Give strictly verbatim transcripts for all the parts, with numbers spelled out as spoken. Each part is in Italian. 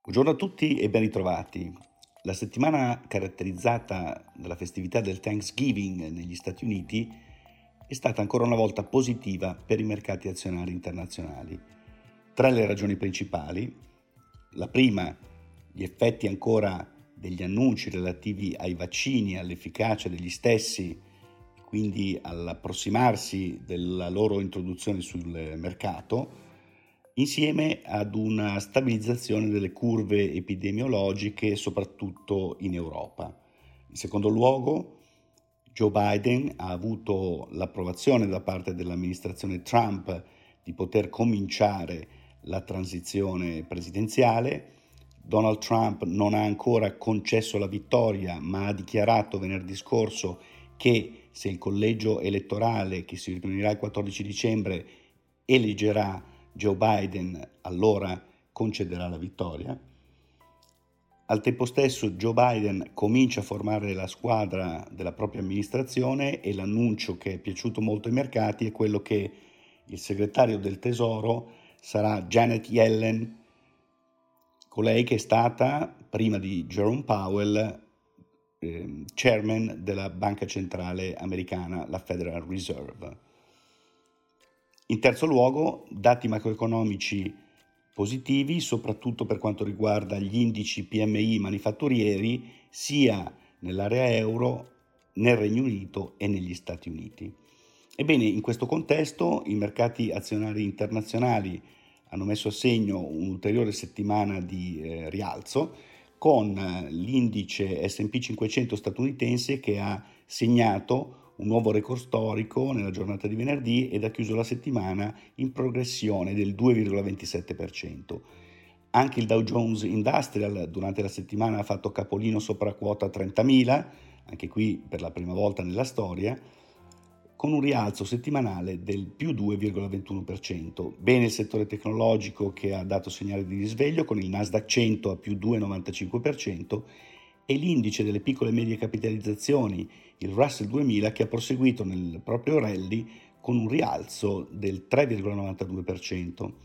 Buongiorno a tutti e ben ritrovati. La settimana caratterizzata dalla festività del Thanksgiving negli Stati Uniti è stata ancora una volta positiva per i mercati azionari internazionali. Tre le ragioni principali. La prima, gli effetti ancora degli annunci relativi ai vaccini e all'efficacia degli stessi, quindi all'approssimarsi della loro introduzione sul mercato, insieme ad una stabilizzazione delle curve epidemiologiche, soprattutto in Europa. In secondo luogo, Joe Biden ha avuto l'approvazione da parte dell'amministrazione Trump di poter cominciare la transizione presidenziale. Donald Trump non ha ancora concesso la vittoria, ma ha dichiarato venerdì scorso che se il collegio elettorale che si riunirà il quattordici dicembre eleggerà Joe Biden, allora concederà la vittoria. Al tempo stesso Joe Biden comincia a formare la squadra della propria amministrazione e l'annuncio che è piaciuto molto ai mercati è quello che il segretario del Tesoro sarà Janet Yellen, colei che è stata, prima di Jerome Powell, eh, chairman della Banca Centrale Americana, la Federal Reserve. In terzo luogo, dati macroeconomici positivi, soprattutto per quanto riguarda gli indici P M I manifatturieri, sia nell'area euro, nel Regno Unito e negli Stati Uniti. Ebbene, in questo contesto, i mercati azionari internazionali hanno messo a segno un'ulteriore settimana di eh, rialzo, con eh, l'indice S and P cinquecento statunitense che ha segnato un nuovo record storico nella giornata di venerdì ed ha chiuso la settimana in progressione del due virgola ventisette per cento. Anche il Dow Jones Industrial durante la settimana ha fatto capolino sopra quota trentamila, anche qui per la prima volta nella storia, con un rialzo settimanale del più due virgola ventuno per cento. Bene il settore tecnologico che ha dato segnale di risveglio con il Nasdaq cento a più due virgola novantacinque per cento e l'indice delle piccole e medie capitalizzazioni, il Russell duemila, che ha proseguito nel proprio rally con un rialzo del tre virgola novantadue per cento.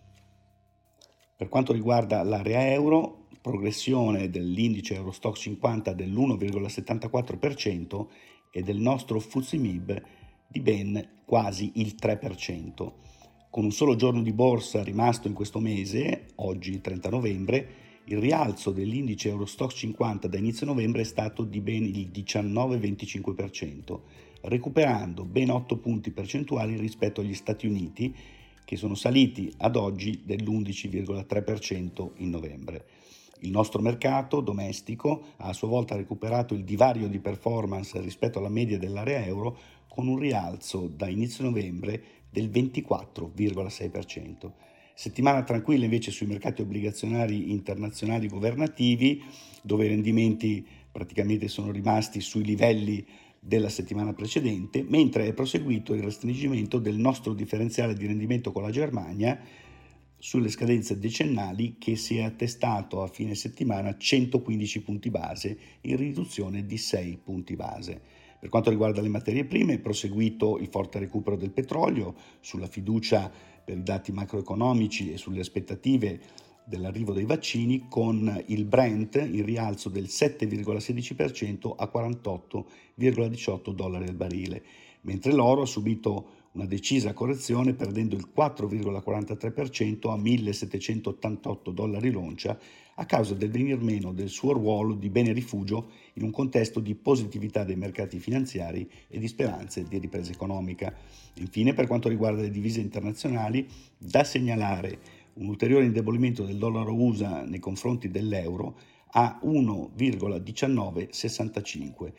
Per quanto riguarda l'area euro, progressione dell'indice Eurostoxx cinquanta dell'uno virgola settantaquattro per cento e del nostro F T S E M I B di ben quasi il tre per cento. Con un solo giorno di borsa rimasto in questo mese, oggi trenta novembre, il rialzo dell'indice Eurostoxx cinquanta da inizio novembre è stato di ben il diciannove virgola venticinque per cento, recuperando ben otto punti percentuali rispetto agli Stati Uniti, che sono saliti ad oggi dell'undici virgola tre per cento in novembre. Il nostro mercato domestico ha a sua volta recuperato il divario di performance rispetto alla media dell'area euro con un rialzo da inizio novembre del ventiquattro virgola sei per cento. Settimana tranquilla invece sui mercati obbligazionari internazionali governativi, dove i rendimenti praticamente sono rimasti sui livelli della settimana precedente, mentre è proseguito il restringimento del nostro differenziale di rendimento con la Germania sulle scadenze decennali, che si è attestato a fine settimana a centoquindici punti base, in riduzione di sei punti base. Per quanto riguarda le materie prime, è proseguito il forte recupero del petrolio sulla fiducia per i dati macroeconomici e sulle aspettative dell'arrivo dei vaccini, con il Brent in rialzo del sette virgola sedici per cento a quarantotto virgola diciotto dollari al barile, mentre l'oro ha subito una decisa correzione perdendo il quattro virgola quarantatré per cento a millesettecentottantotto dollari l'oncia a causa del venir meno del suo ruolo di bene rifugio in un contesto di positività dei mercati finanziari e di speranze di ripresa economica. Infine, per quanto riguarda le divise internazionali, da segnalare un ulteriore indebolimento del dollaro U S A nei confronti dell'euro a uno virgola diciannove sessantacinque,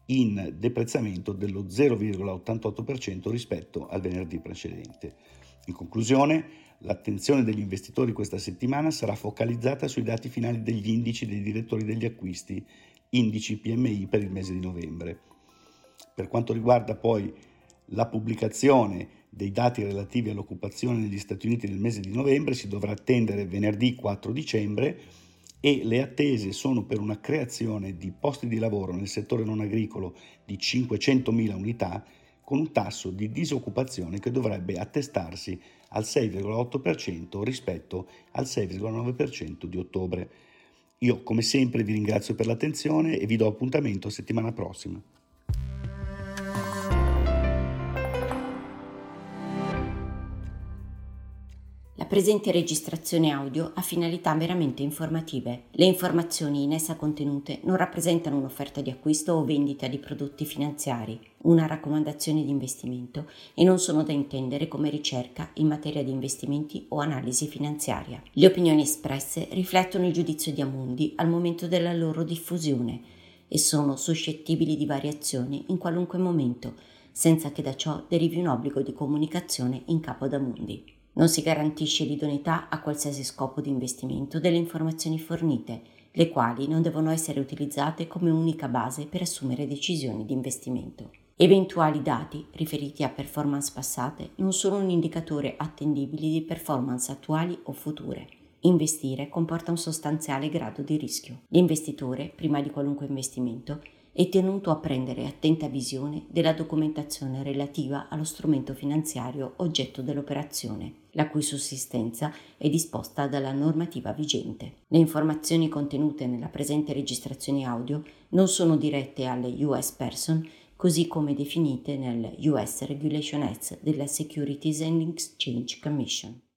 in deprezzamento dello zero virgola ottantotto per cento rispetto al venerdì precedente. In conclusione, l'attenzione degli investitori questa settimana sarà focalizzata sui dati finali degli indici dei direttori degli acquisti, indici P M I per il mese di novembre. Per quanto riguarda poi la pubblicazione dei dati relativi all'occupazione negli Stati Uniti nel mese di novembre, si dovrà attendere venerdì quattro dicembre, e le attese sono per una creazione di posti di lavoro nel settore non agricolo di cinquecentomila unità, con un tasso di disoccupazione che dovrebbe attestarsi al sei virgola otto per cento rispetto al sei virgola nove per cento di ottobre. Io, come sempre, vi ringrazio per l'attenzione e vi do appuntamento settimana prossima. La presente registrazione audio ha finalità meramente informative. Le informazioni in essa contenute non rappresentano un'offerta di acquisto o vendita di prodotti finanziari, una raccomandazione di investimento e non sono da intendere come ricerca in materia di investimenti o analisi finanziaria. Le opinioni espresse riflettono il giudizio di Amundi al momento della loro diffusione e sono suscettibili di variazioni in qualunque momento, senza che da ciò derivi un obbligo di comunicazione in capo ad Amundi. Non si garantisce l'idoneità a qualsiasi scopo di investimento delle informazioni fornite, le quali non devono essere utilizzate come unica base per assumere decisioni di investimento. Eventuali dati riferiti a performance passate non sono un indicatore attendibile di performance attuali o future. Investire comporta un sostanziale grado di rischio. L'investitore, prima di qualunque investimento, è tenuto a prendere attenta visione della documentazione relativa allo strumento finanziario oggetto dell'operazione, la cui sussistenza è disposta dalla normativa vigente. Le informazioni contenute nella presente registrazione audio non sono dirette alle U S Person, così come definite nel U S Regulation Act della Securities and Exchange Commission.